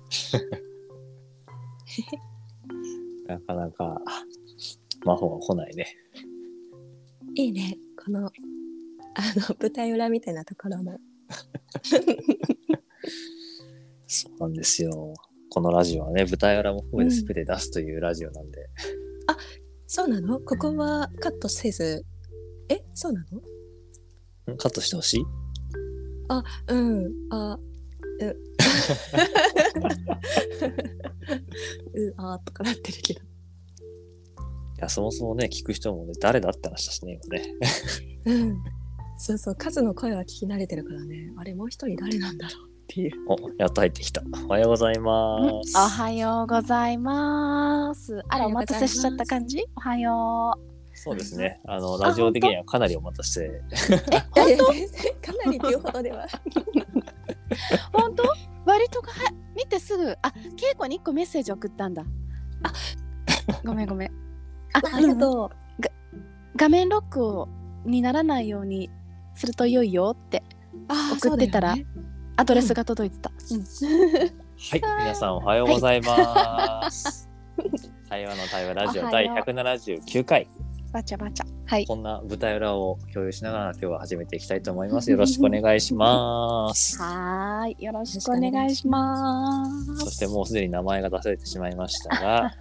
なかなか真帆が来ないね。 いいね、この舞台裏みたいなところも。 そうなんですよ。このラジオはね、舞台裏も含めて全て出すというラジオなんで。 あ、そうなの？ここはカットせず。そうなの？ カットしてほしい？ あ、うん。とかなってるけど。 いや、そもそもね、聞く人もね、誰だって話だしね、今ね。 うん。そうそう、カズの声は聞き慣れてるからね。あれ、もう一人誰なんだろうっていう。 お、やっと入ってきた。おはようございます。 おはようございます。あら、お待たせしちゃった感じ？おはよう。 そうですね。ラジオ的にはかなりお待たせ。 いやいや、全然かなりっていうほどでは。 本当？割と見てすぐ、稽古に1個メッセージ送ったんだ。ごめん。 ありがとう。 画面ロックにならないようにすると良いよって送ってたら、ね、アドレスが届いてた。 はい、皆さんおはようございます。対話の対話ラジオ第179回。 バチャバチャ。はい。 こんな舞台裏を共有しながら今日は始めていきたいと思います。よろしくお願いします。 はい、よろしくお願いします。 そしてもうすでに名前が出されてしまいましたが、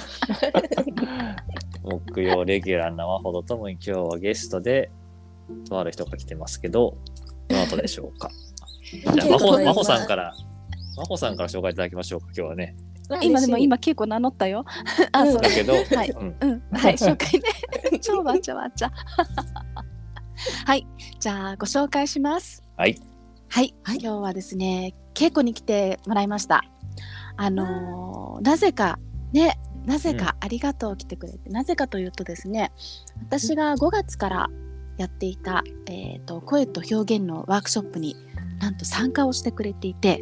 木曜レギュラー生ほどともに今日はゲストでとある人が来てますけど、どなたでしょうか。じゃあ真帆さんから紹介いただきましょうか。今日はね。 今稽古名乗ったよ。 そうだけど、はい、 紹介ね。超バチャバチャ。はい、じゃあご紹介します。 はい。 今日はですね、稽古に来てもらいました。なぜかありがとう来てくれて、なぜかというとですね、私が5月からやっていた、声と表現のワークショップになんと参加をしてくれていて、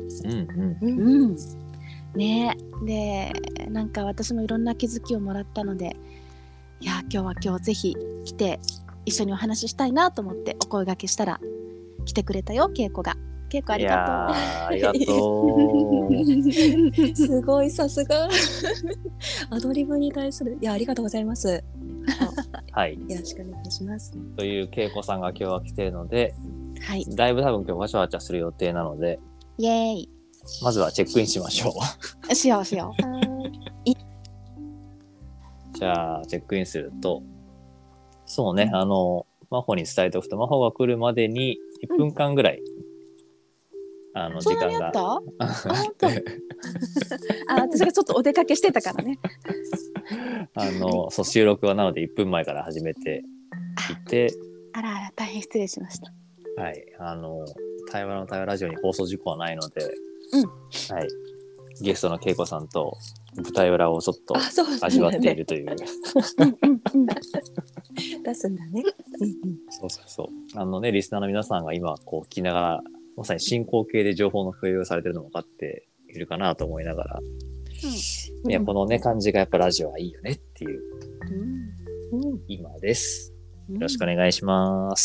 ね、でなんか私もいろんな気づきをもらったので、いや今日ぜひ来て一緒にお話ししたいなと思ってお声掛けしたら来てくれたよ。稽古ありがとう。 ありがとう。 すごい、さすが。アドリブに対する、ありがとうございます。 はい。 よろしくお願いします。 という恵子さんが今日は来ているので、 はい。 だいぶ多分今日わちゃわちゃする予定なので、 イエーイ。 まずはチェックインしましょう。 しよう。 じゃあチェックインすると、そうね、真帆に伝えておくと、真帆が来るまでに1分間ぐらい、時間が。 私がちょっとお出かけしてたからね。 そう、収録はなので1分前から始めていて。 あら、大変失礼しました。 はい。対話の対話ラジオに放送事故はないので、はい。ゲストの恵子さんと舞台裏をちょっと味わっているという。 出すんだね。 そう。リスナーの皆さんが今こう聞きながら、まさに進行形で情報の共有されてるのも分かっているかなと思いながら、いや、このね、感じがやっぱラジオはいいよねっていう、今です。よろしくお願いします。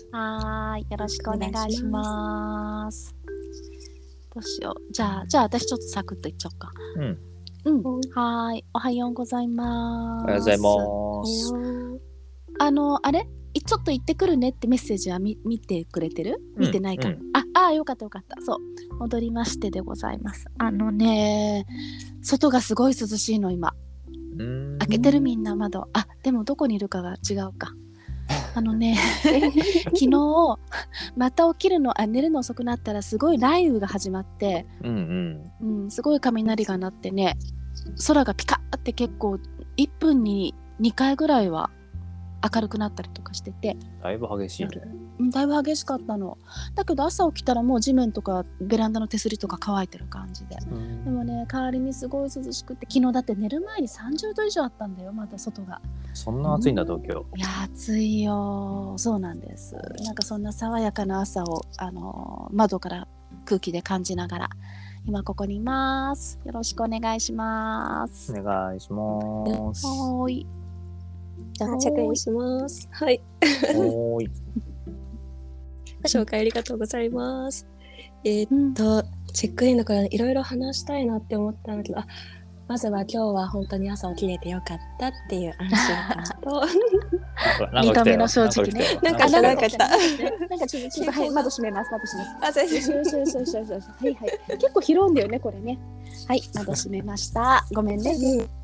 はい、よろしくお願いします。どうしよう。じゃあ私ちょっとサクッといっちゃおうか。はい、おはようございます。 おはようございます。 あれ？ちょっと行ってくるねってメッセージは見てくれてる？見てないか。よかった。そう、戻りましてでございます。外がすごい涼しいの今。開けてるみんな窓。でもどこにいるかが違うか。昨日また起きるの寝るの遅くなったらすごい雷雨が始まって、すごい雷が鳴ってね、空がピカッって結構1分に2回ぐらいは明るくなったりとかしてて、 だいぶ激しいね。 だいぶ激しかったの。だけど朝起きたらもう地面とかベランダの手すりとか乾いてる感じで、でもね、代わりにすごい涼しくて、昨日だって寝る前に30度以上あったんだよ、まだ外が。 そんな暑いんだ、東京。 いや、暑いよ。そうなんです。なんかそんな爽やかな朝を窓から空気で感じながら今ここにいます。よろしくお願いします。 お願いします。 はい。 じゃあチェックインします。はい。紹介ありがとうございます。 チェックインだからいろいろ話したいなって思ったんだけど、まずは今日は本当に朝起きれてよかったっていう安心感と 2度目の正直ね。 なんか来た。 なんかちょっとはい、窓閉めます。 先生。 はいはい。結構広いんだよねこれね。はい、窓閉めました。ごめんね。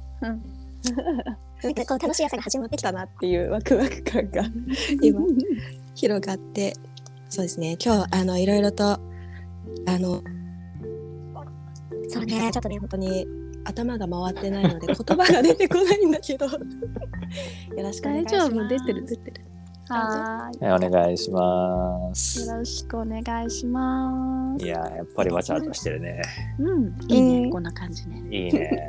なんかこう楽しい朝が始まってきたなっていうワクワク感が今広がって、そうですね。今日いろいろとそうね、ちょっとね本当に頭が回ってないので言葉が出てこないんだけどよろしくお願いします。 大丈夫、出てる。はお願いします。 よろしくお願いします。 いややっぱりわちゃわちゃしてるね。 いいね、こんな感じね。 いいね。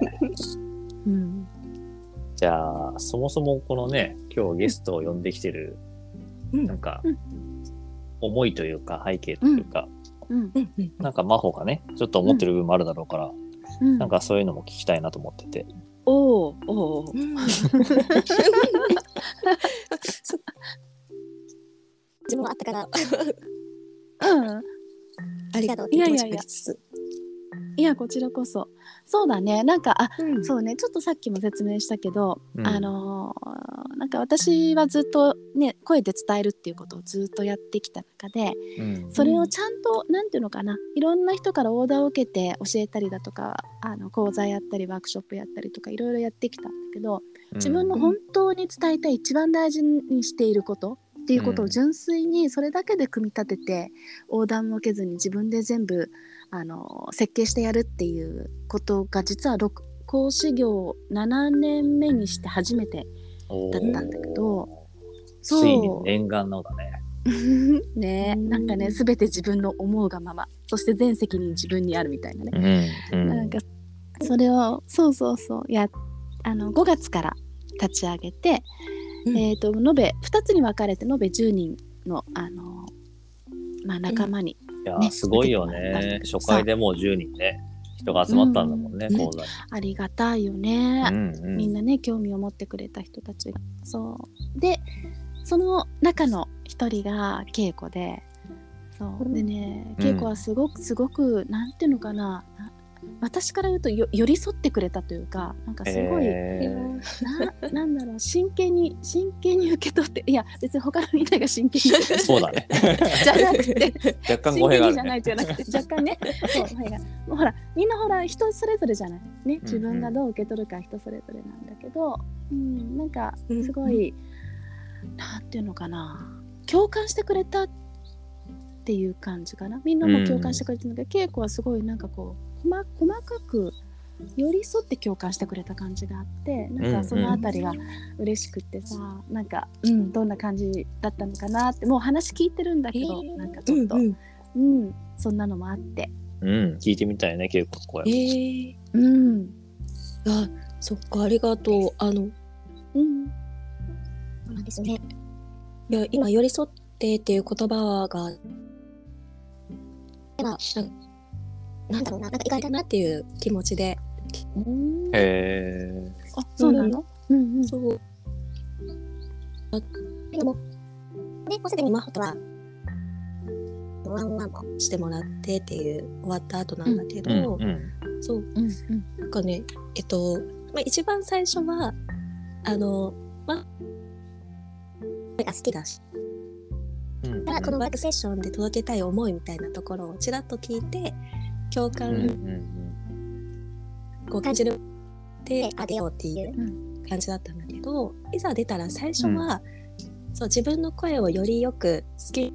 じゃあそもそもこのね今日ゲストを呼んできてる、なんか、思いというか背景というか、なんか真帆がねちょっと思ってる部分もあるだろうから、なんかそういうのも聞きたいなと思ってて。 お。 自分もあったからありがとうってい気持ちがありつつ、 いやこちらこそそうだね。なんかそうね、ちょっとさっきも説明したけど、なんか私はずっとね声で伝えるっていうことをずっとやってきた中で、それをちゃんとなんていうのかな、いろんな人からオーダーを受けて教えたりだとか講座やったりワークショップやったりとかいろいろやってきたんだけど、自分の本当に伝えたい一番大事にしていることっていうことを純粋にそれだけで組み立てて、オーダーも受けずに自分で全部設計してやるっていうことが実は講師業7年目にして初めてだったんだけど、 ついに念願のだね。 ね、なんかね全て自分の思うがまま、そして全責任自分にあるみたいなね、なんかそれをそう5月から立ち上げて、延べ2つに分かれて延べ10人の仲間に、 いやすごいよね。初回でもう10人ね人が集まったんだもんね、講座に。 ありがたいよね、みんなね興味を持ってくれた人たちが。そうでその中の一人が恵子で、そうでね、恵子はすごくなんていうのかな、私から言うと寄り添ってくれたというか、なんかすごい、なんだろう、真剣に受け取って、いや別に他のみんなが真剣にそうだねじゃなくて若干語弊があるね。 じゃないじゃなくて若干ねそうもうほらみんなほら人それぞれじゃないね、自分がどう受け取るか人それぞれなんだけど、なんかすごい、なんていうのかな、共感してくれたっていう感じかな。みんなも共感してくれてるんだけど、恵子はすごいなんかこう細かく寄り添って共感してくれた感じがあって、なんかそのあたりが嬉しくってさ、なんかどんな感じだったのかなって、もう話聞いてるんだけど、なんかちょっとそんなのもあって、 聞いてみたいね、恵子の声。 あ、そっか、ありがとう。そうなんですね。いや今寄り添ってっていう言葉がなんだろうな、なんか意外だなっていう気持ちで。 あ、そうなの？ そう。でもね、もうすでに真帆とはワンワンもしてもらってっていう終わった後なんだけど、そう、なんかね、一番最初はが好きだし、だからこのワークセッションで届けたい思いみたいなところをちらっと聞いて共感こう感じるであげようっていう感じだったんだけど、いざ出たら最初は、そう自分の声をよりよく好き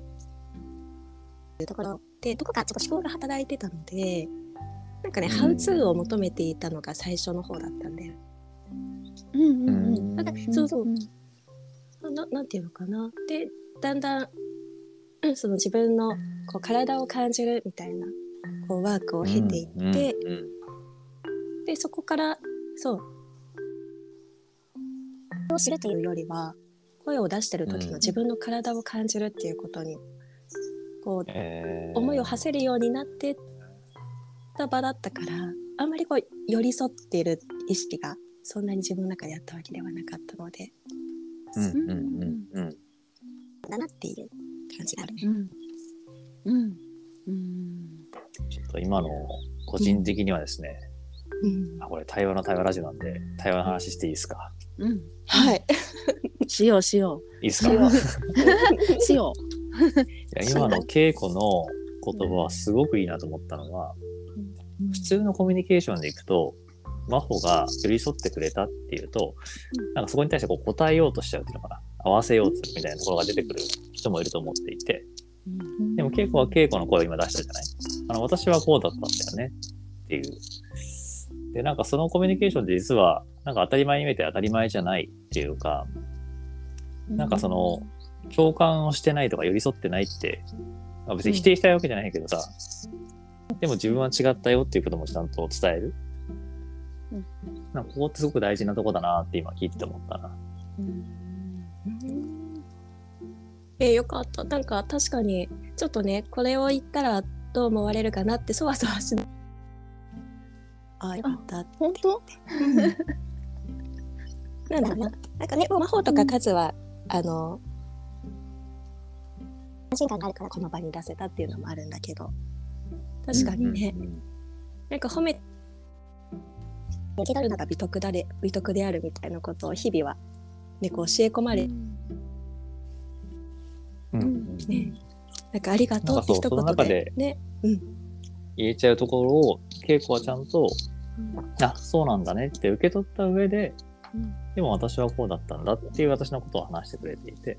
いうところでどこかちょっと思考が働いてたので、なんかね、ハウツーを求めていたのが最初の方だったんだよ。なんていうのかな。で、だんだん、その自分のこう体を感じるみたいなこうワークを経ていって、で、そこから、どうするというよりは、声を出してる時の自分の体を感じるっていうことに、こう、思いを馳せるようになってた場だったから、あんまりこう、寄り添っている意識がそんなに自分の中であったわけではなかったので、だなっていう感じがあるね。 ちょっと今の個人的にはですね、これ対話ラジオなんで対話の話していいですか？ はい。 しよう。 いいですか？ しよいや今の稽古の言葉はすごくいいなと思ったのは、普通のコミュニケーションでいくと真帆が寄り添ってくれたっていうと、なんかそこに対してこう答えようとしちゃうっていうのかな、合わせようとするみたいなところが出てくる人もいると思っていて、でも稽古は稽古の声を今出したじゃない。私はこうだったんだよねっていう。で、なんかそのコミュニケーションで実はなんか当たり前に見えて当たり前じゃないっていうか、なんかその共感をしてないとか寄り添ってないって、別に否定したいわけじゃないけどさ、でも自分は違ったよっていうこともちゃんと伝える。なんかここってすごく大事なとこだなって今聞いてて思ったな。 よかった。なんか確かにちょっとね、これを言ったらどう思われるかなってそわそわしない。よかった。 本当？ なんだろうな。なんかね、真帆とかカズは安心感があるからこの場に出せたっていうのもあるんだけど、確かにね、なんか褒め受け取るのが美徳であるみたいなことを日々はね、こう教え込まれ、ね、なんかありがとうって一言でね、 言えちゃうところを稽古はちゃんと、そうなんだねって受け取った上で、でも私はこうだったんだっていう私のことを話してくれていて、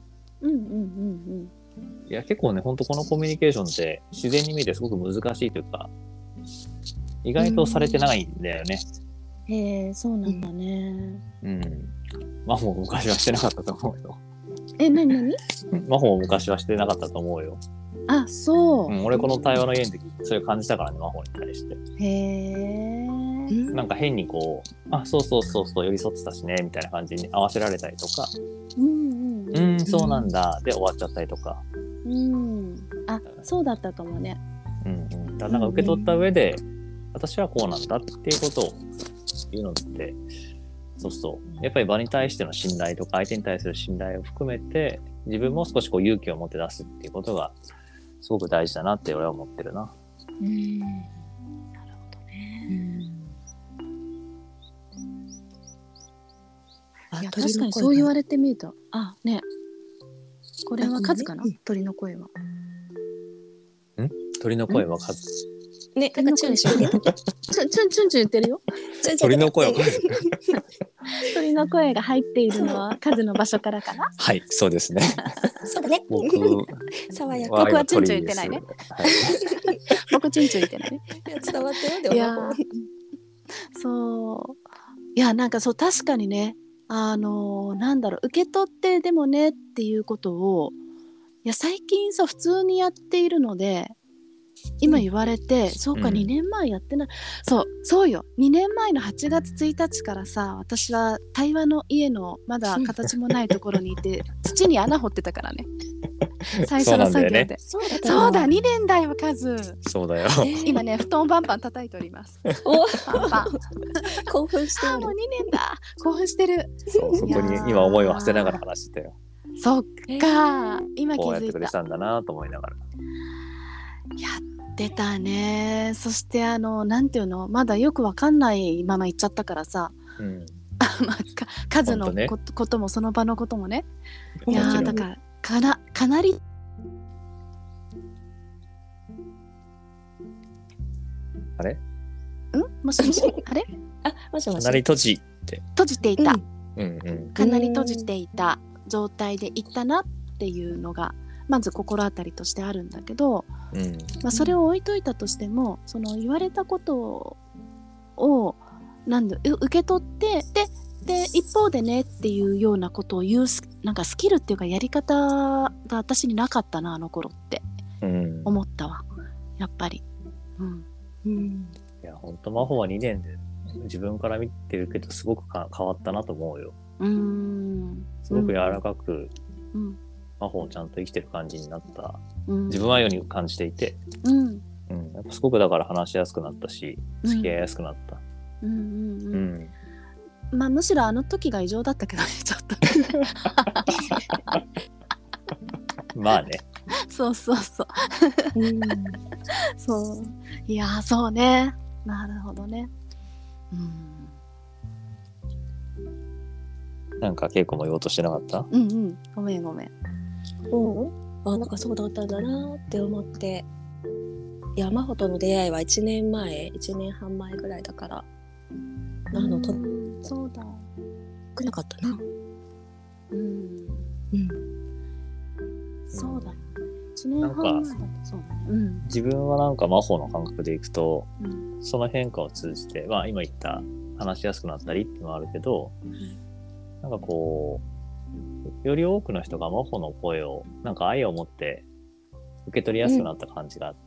いや結構ね、本当このコミュニケーションって自然に見えてすごく難しいというか、意外とされてないんだよね。 へえ、そうなんだね。 真帆も昔はしてなかったと思うよ。 何？ 真帆も昔はしてなかったと思うよ。 あ、そう。 俺この対話の家の時それ感じたからね、真帆に対して。 へえ。 なんか変にこう、そう寄り添ってたしねみたいな感じに合わせられたりとか、そうなんだで終わっちゃったりとか。 そうだったと思うね。 だからなんか受け取った上で、私はこうなんだっていうことを言うのって、やっぱり場に対しての信頼とか相手に対する信頼を含めて自分も少しこう勇気を持って出すっていうことがすごく大事だなって俺は思ってるな。 なるほどね。いや確かにそう言われてみると、ね、これは数かな、鳥の声は。 鳥の声は数。 ね、なんかチュンチュン言ってるよ。 鳥の声は数。 鳥の声が入っているのは数の場所からかな。 はい、そうですね。 そうだね。 僕はチュンチュン言ってないね。僕チュンチュン言ってないね。 伝わったよ。いや、 そういやなんかそう確かにね、なんだろう、受け取ってでもねっていうことを最近さ普通にやっているので。今言われて、そうか、2年前やってない、そうよ、2年前の8月1日からさ、私は対話の家のまだ形もないところにいて土に穴掘ってたからね。最初の作業で。そうだ、2年だよ数。 そうだよ。 今ね布団をバンバン叩いております。バンバン興奮してる。 もう2年だ、興奮してる。 そこに今思いを馳せながら話してたよ。 そっか、今気づいた。 こうやってくれたんだなと思いながらやってたね。そしてなんていうの、まだよくわかんないまま行っちゃったからさ、数のこともその場のこともね。いやだからかなりあれ？ もしもしあれ？ もしもし。 かなり閉じていた。かなり閉じていた状態で行ったなっていうのがまず心当たりとしてあるんだけど、それを置いといたとしても、その言われたことを受け取ってで一方でねっていうようなことを言うなんかスキルっていうかやり方が私になかったな、あの頃って思ったわ、やっぱり。 いや本当真帆は2年で自分から見てるけどすごく変わったなと思うよ。すごく柔らかく、真帆をちゃんと生きてる感じになった、自分はように感じていて、やっぱすごくだから話しやすくなったし、付き合いやすくなった。 むしろあの時が異常だったけどね、ちょっと。 まあね。 そうそうそううんそういやそうねなるほどねなんか稽古も言おうとしてなかった？ ごめんごめんなんかそうだったんだなって思って、いや真帆との出会いは1年半前ぐらいだから、 そうだ少なかったな。 そうだ1年半前だとそうだね自分はなんか真帆の感覚でいくと、その変化を通じて、まあ今言った話しやすくなったりっていうのはあるけど、なんかこうより多くの人が真帆の声をなんか愛を持って受け取りやすくなった感じがあって、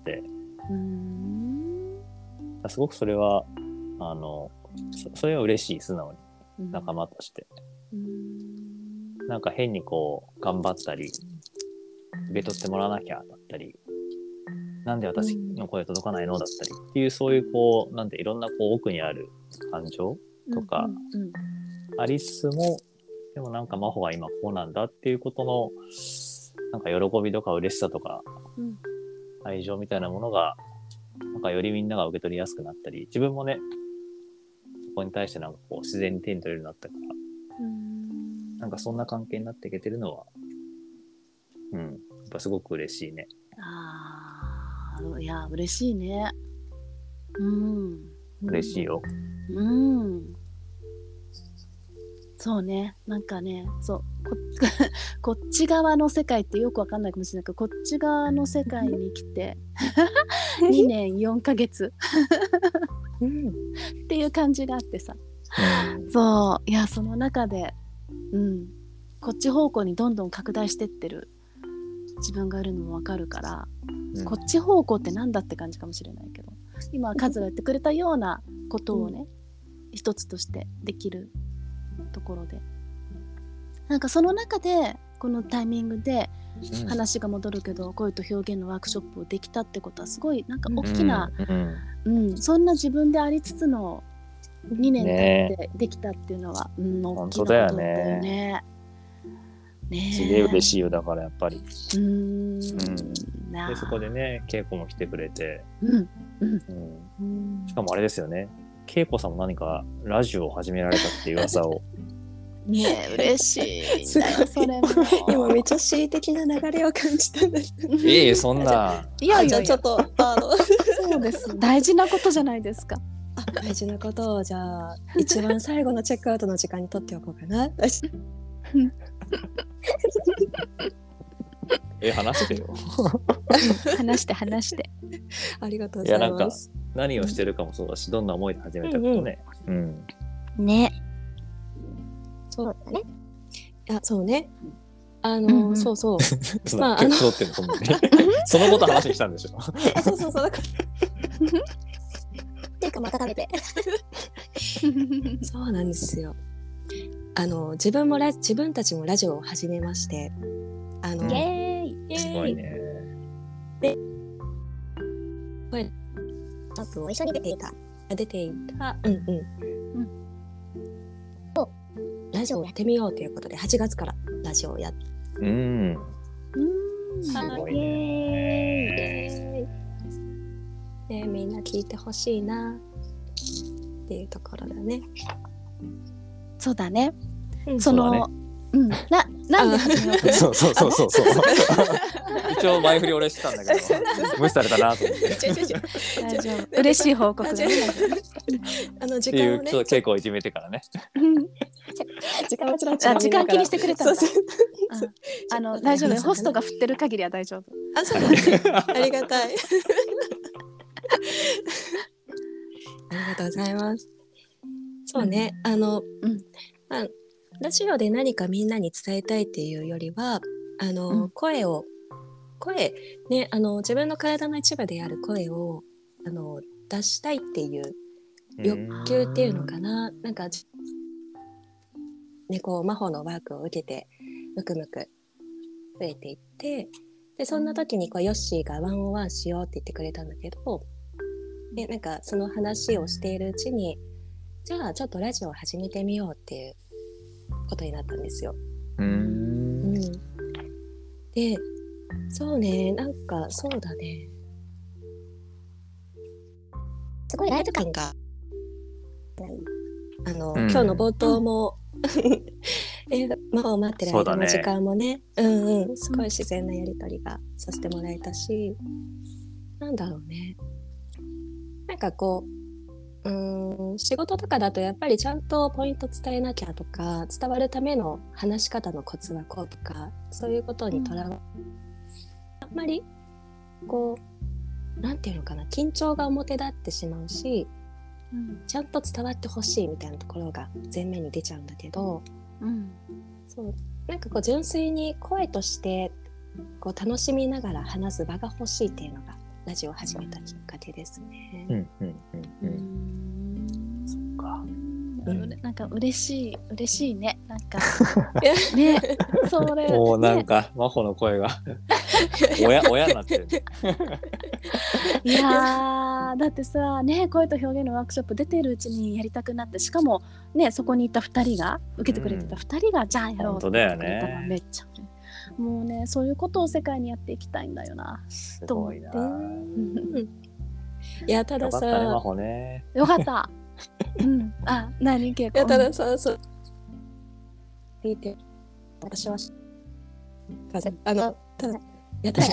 すごくそれはそれは嬉しい、素直に仲間として、なんか変にこう頑張ったり受け取ってもらわなきゃだったり、なんで私の声届かないのだったりっていう、そういうこうなんでいろんなこう奥にある感情とかありつつも、でもなんか真帆は今こうなんだっていうことのなんか喜びとか嬉しさとか、愛情みたいなものがなんかよりみんなが受け取りやすくなったり、自分もねそこに対してなんかこう自然に手に取れるようになったから、なんかそんな関係になっていけてるのはやっぱすごく嬉しいね。 いや嬉しいね。 嬉しいよ。 そうね、なんかね、そうこっち側の世界ってよくわかんないかもしれないけど、こっち側の世界に来て2年4ヶ月っていう感じがあってさ、そういやその中でこっち方向にどんどん拡大してってる自分がいるのもわかるから、こっち方向ってなんだって感じかもしれないけど、今カズが言ってくれたようなことをね、一つとしてできるところで、なんかその中でこのタイミングで話が戻るけど、声と表現のワークショップをできたってことはすごいなんか大きな、そんな自分でありつつの2年経ってできたっていうのは、大きなことだよね。 すげえ嬉しいよ。だからやっぱりでそこでね恵子も来てくれて、しかもあれですよね、恵子さんも何かラジオを始められたっていう噂をねえ嬉しいんだよそれも今めっちゃ恣意的な流れを感じたんだそんなじゃあちょっとそうです大事なことじゃないですか。 大事なことをじゃあ一番最後のチェックアウトの時間に取っておこうかな話してよ話してありがとうございます。 いやなんか何をしてるかもそうだし、どんな思いで始めたかね、 ね、 そうだね。そうね。そうそう。 まあそのこと話したんでしょそうだからっていうかまた食べてそうなんですよ。自分たちもラジオを始めまして、 イエーイすごいね。 で、声アップも一緒に出ていたラジオをやってみようということで8月からラジオをやってすごいね。 みんな聞いてほしいなっていうところだね。 そうだね。 なんで始めようとそう一応前振り俺してたんだけど無視されたなと思って大丈夫嬉しい報告だね時間をね稽古をいじめてからね時間気にしてくれたんだ大丈夫ホストが振ってる限りは大丈夫。 そうだねありがたいありがとうございます。そうねラジオで何かみんなに伝えたいっていうよりは声ね自分の体の一部である声を出したいっていう欲求っていうのかな。なんかねこう真帆のワークを受けてむくむく増えていって、でそんな時にヨッシーがワンオンワンしようって言ってくれたんだけど、でなんかその話をしているうちに、じゃあちょっとラジオを始めてみようっていうことになったんですよ。でそうね、なんかそうだね。すごいライブ感が、今日の冒頭も、魔法を待ってる間の時間もね、すごい自然なやりとりがさせてもらえたし、なんだろうね。なんかこう、仕事とかだとやっぱりちゃんとポイント伝えなきゃとか、伝わるための話し方のコツはこうとか、そういうことにとらわれ、あんまりこう、なんていうのかな、緊張が表立ってしまうし、ちゃんと伝わってほしいみたいなところが前面に出ちゃうんだけど、そうなんかこう純粋に声としてこう楽しみながら話す場が欲しいっていうのがラジオを始めたきっかけですね。 そっか。 なんか嬉しいね。なんかね、それ。 もうなんか、真帆の声が親になってる、ね。 いやだってさね、声と表現のワークショップ出てるうちにやりたくなって、しかもねそこにいた2人が受けてくれてた2人が、じゃあやろうって言ってくれたのめっちゃ、もうねそういうことを世界にやっていきたいんだよな。 すごいな。 いやたださ、 よかったね真帆ね。 よかった。あ、何結構。 いやたださ、そう聞いて私はただやったらね、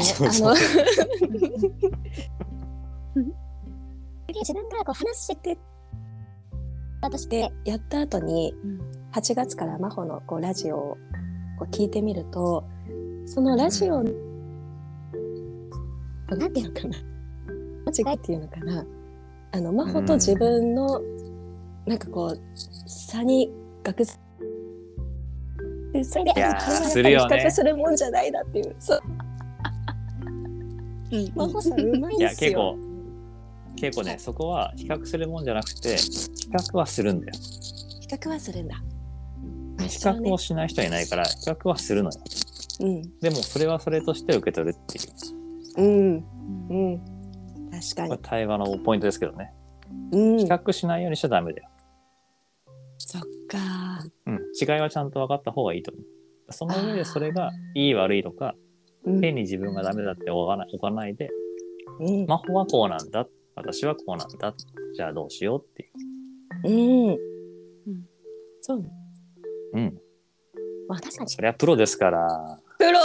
自分がこう話してとしてやった後に、8月から真帆のこうラジオをこう聞いてみると、そのラジオの、なんていうのかな、間違いっていうのかな、真帆と自分のなんかこう差に学生それで、これはやっぱり比較するもんじゃないなっていう。そう。真帆さんうまいんですよ。 いや結構ね、そこは比較するもんじゃなくて、比較はするんだよ。 比較はするんだ。 比較をしない人はいないから、比較はするのよ。でもそれはそれとして受け取るっていう。 確かに。 対話のポイントですけどね。比較しないようにしちゃダメだよ。 そっか。 違いはちゃんと分かった方がいいと思う。その上でそれがいい悪いとか、変に自分がダメだって置かないで、真帆はこうなんだ、私はこうなんだ、じゃあどうしようっていう。 そう。まあ確かに。 そりゃプロですから。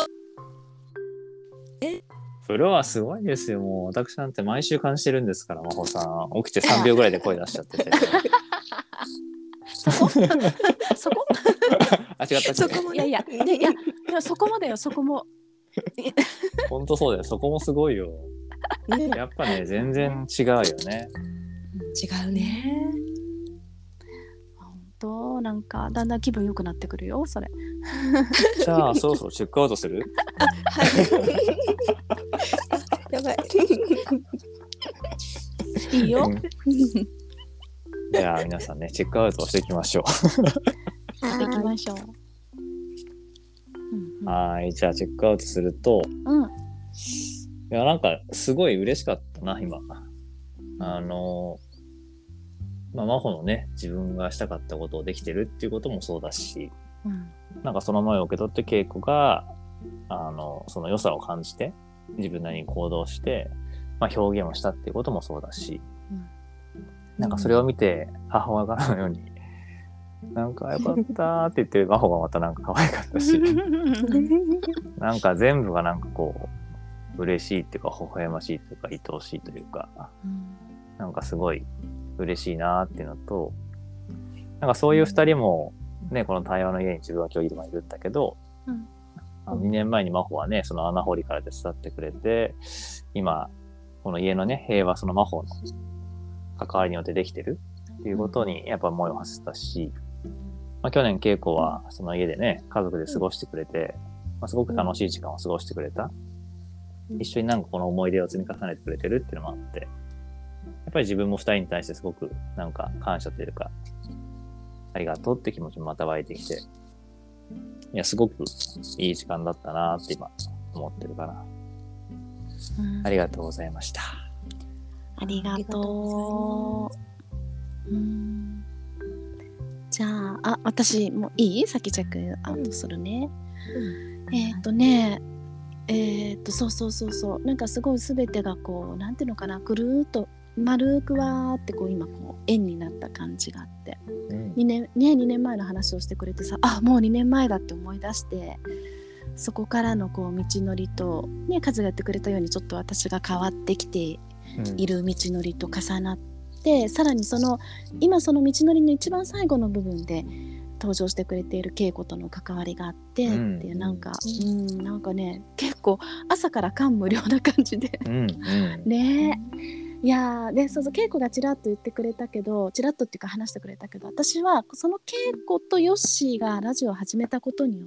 プロはすごいですよ。もう私なんて毎週感じてるんですから、真帆さん。起きて3秒ぐらいで声出しちゃってて。 そこあ、違った。 そこもいやそこまでよ、そこも。 本当そうだよ。そこもすごいよ。やっぱね、全然違うよね。 違うね。 本当なんかだんだん気分良くなってくるよ、それ。 じゃあそろそろチェックアウトする？ やばい。 いいよ。 じゃあ皆さんね、チェックアウトをしていきましょう。 していきましょう。 はい、じゃあチェックアウトすると、いやなんかすごい嬉しかったな今。真帆のね、自分がしたかったことをできてるっていうこともそうだし、なんかその前を受け取って稽古がその良さを感じて自分なりに行動して、表現をしたっていうこともそうだし、なんかそれを見て母親からのようになんかよかったって言ってる真帆がまたなんか可愛かったしなんか全部がなんかこう嬉しいっていうか微笑ましいというか愛おしいというか、なんかすごい嬉しいなっていうのと、なんかそういう2人もね、この対話の家に自分は今日いるんだけど、2年前に真帆はねその穴掘りから手伝ってくれて、今この家のね平和、その真帆の関わりによってできてるっていうことにやっぱ思いを馳せたし、去年稽古はその家でね家族で過ごしてくれて、すごく楽しい時間を過ごしてくれた、一緒になんかこの思い出を積み重ねてくれてるっていうのもあって、やっぱり自分も2人に対してすごくなんか感謝というかありがとうって気持ちもまた湧いてきて、いやすごくいい時間だったなって今思ってるかな。ありがとうございました。 ありがとう。じゃあ、私もいい？先チェックアウトするね。 そうなんかすごい全てがこうなんていうのかな、ぐるーっと丸くわーってこう今こう円になった感じがあって、2年前の話をしてくれてさ、もう2年前だって思い出して、そこからのこう道のりとね、カズがやってくれたようにちょっと私が変わってきている道のりと重なって、さらに今その道のりの一番最後の部分で登場してくれている恵子との関わりがあってっていう、なんかね、結構朝から感無量な感じでね。いやで、そう恵子がちらっと言ってくれたけど、ちらっとっていうか話してくれたけど、私はその恵子とヨッシーがラジオを始めたことによって、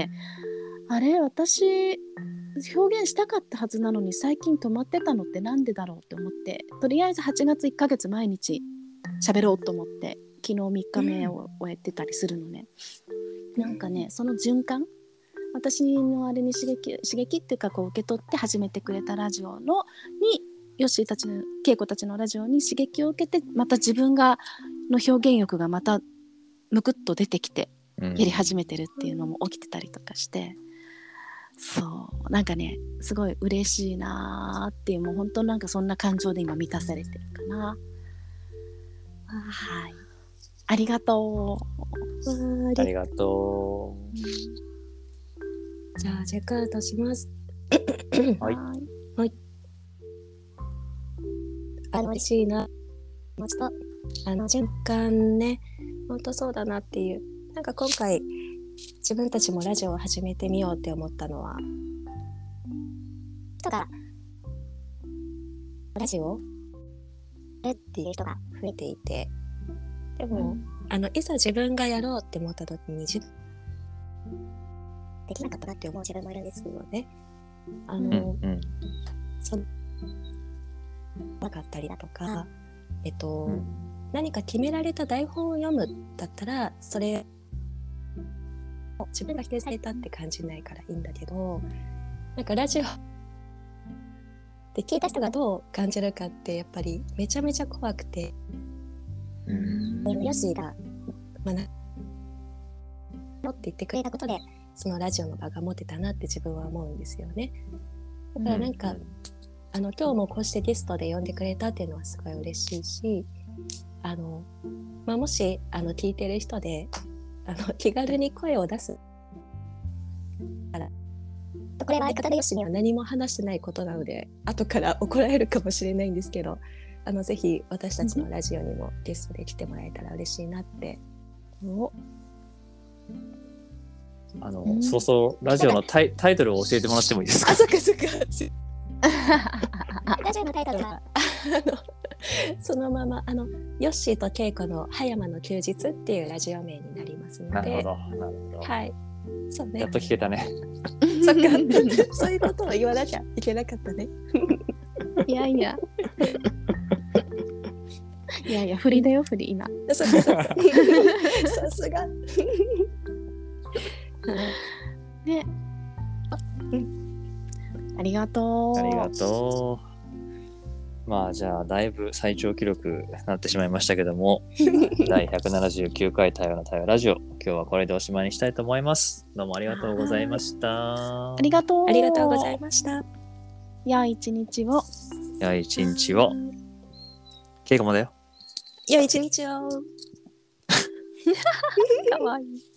私表現したかったはずなのに最近止まってたのってなんでだろうって思って、とりあえず8月1ヶ月毎日喋ろうと思って昨日3日目を終えてたりするのね。なんかね、その循環、私のあれに刺激っていうかこう受け取って始めてくれたラジオにヨッシーたちの恵子たちのラジオに刺激を受けて、また自分の表現欲がまたむくっと出てきてやり始めてるっていうのも起きてたりとかして、そうなんかね、すごい嬉しいなっていう、もう本当なんかそんな感情で今満たされてるかな。はい、ありがとう。 ありがとう。じゃあチェックアウトします。 はいはい。嬉しいな。もうちょっと循環ね、本当そうだなっていう。なんか今回自分たちもラジオを始めてみようって思ったのは、人がラジオっていう人が増えていて、でも、いざ自分がやろうって思った時にできなかったなって思う自分もいるんですよね。なかったりだとか、何か決められた台本を読むだったら、それ自分が否定されたって感じないからいいんだけど、なんかラジオで聞いた人がどう感じるかってやっぱりめちゃめちゃ怖くて、ヨッシーがって言ってくれたことでそのラジオの場が持てたなって自分は思うんですよね。だからなんか、今日もこうしてゲストで呼んでくれたっていうのはすごい嬉しいし、もし聞いてる人で気軽に声を出すからこれは相方でよしには何も話してないことなので後から怒られるかもしれないんですけど、ぜひ私たちのラジオにもゲストで来てもらえたら嬉しいなってそうそうラジオのタイトルを教えてもらってもいいですか？ そっかラジオのタイトルはそのままヨッシーとケイコの葉山の休日っていうラジオ名になりますので。 なるほど。 はい。そうね。 やっと聞けたね。 そっか。そういうことを言わなきゃいけなかったね。 いや振りだよ振り今。 さすが。 ね。ありがとう。 ありがとう。まあじゃあだいぶ最長記録になってしまいましたけども第179回対話の対話ラジオ、今日はこれでおしまいにしたいと思います。どうもありがとうございました。 ありがとうございました。 良い一日を。 良い一日を。ケイコもだよ。 良い一日を。 かわいい。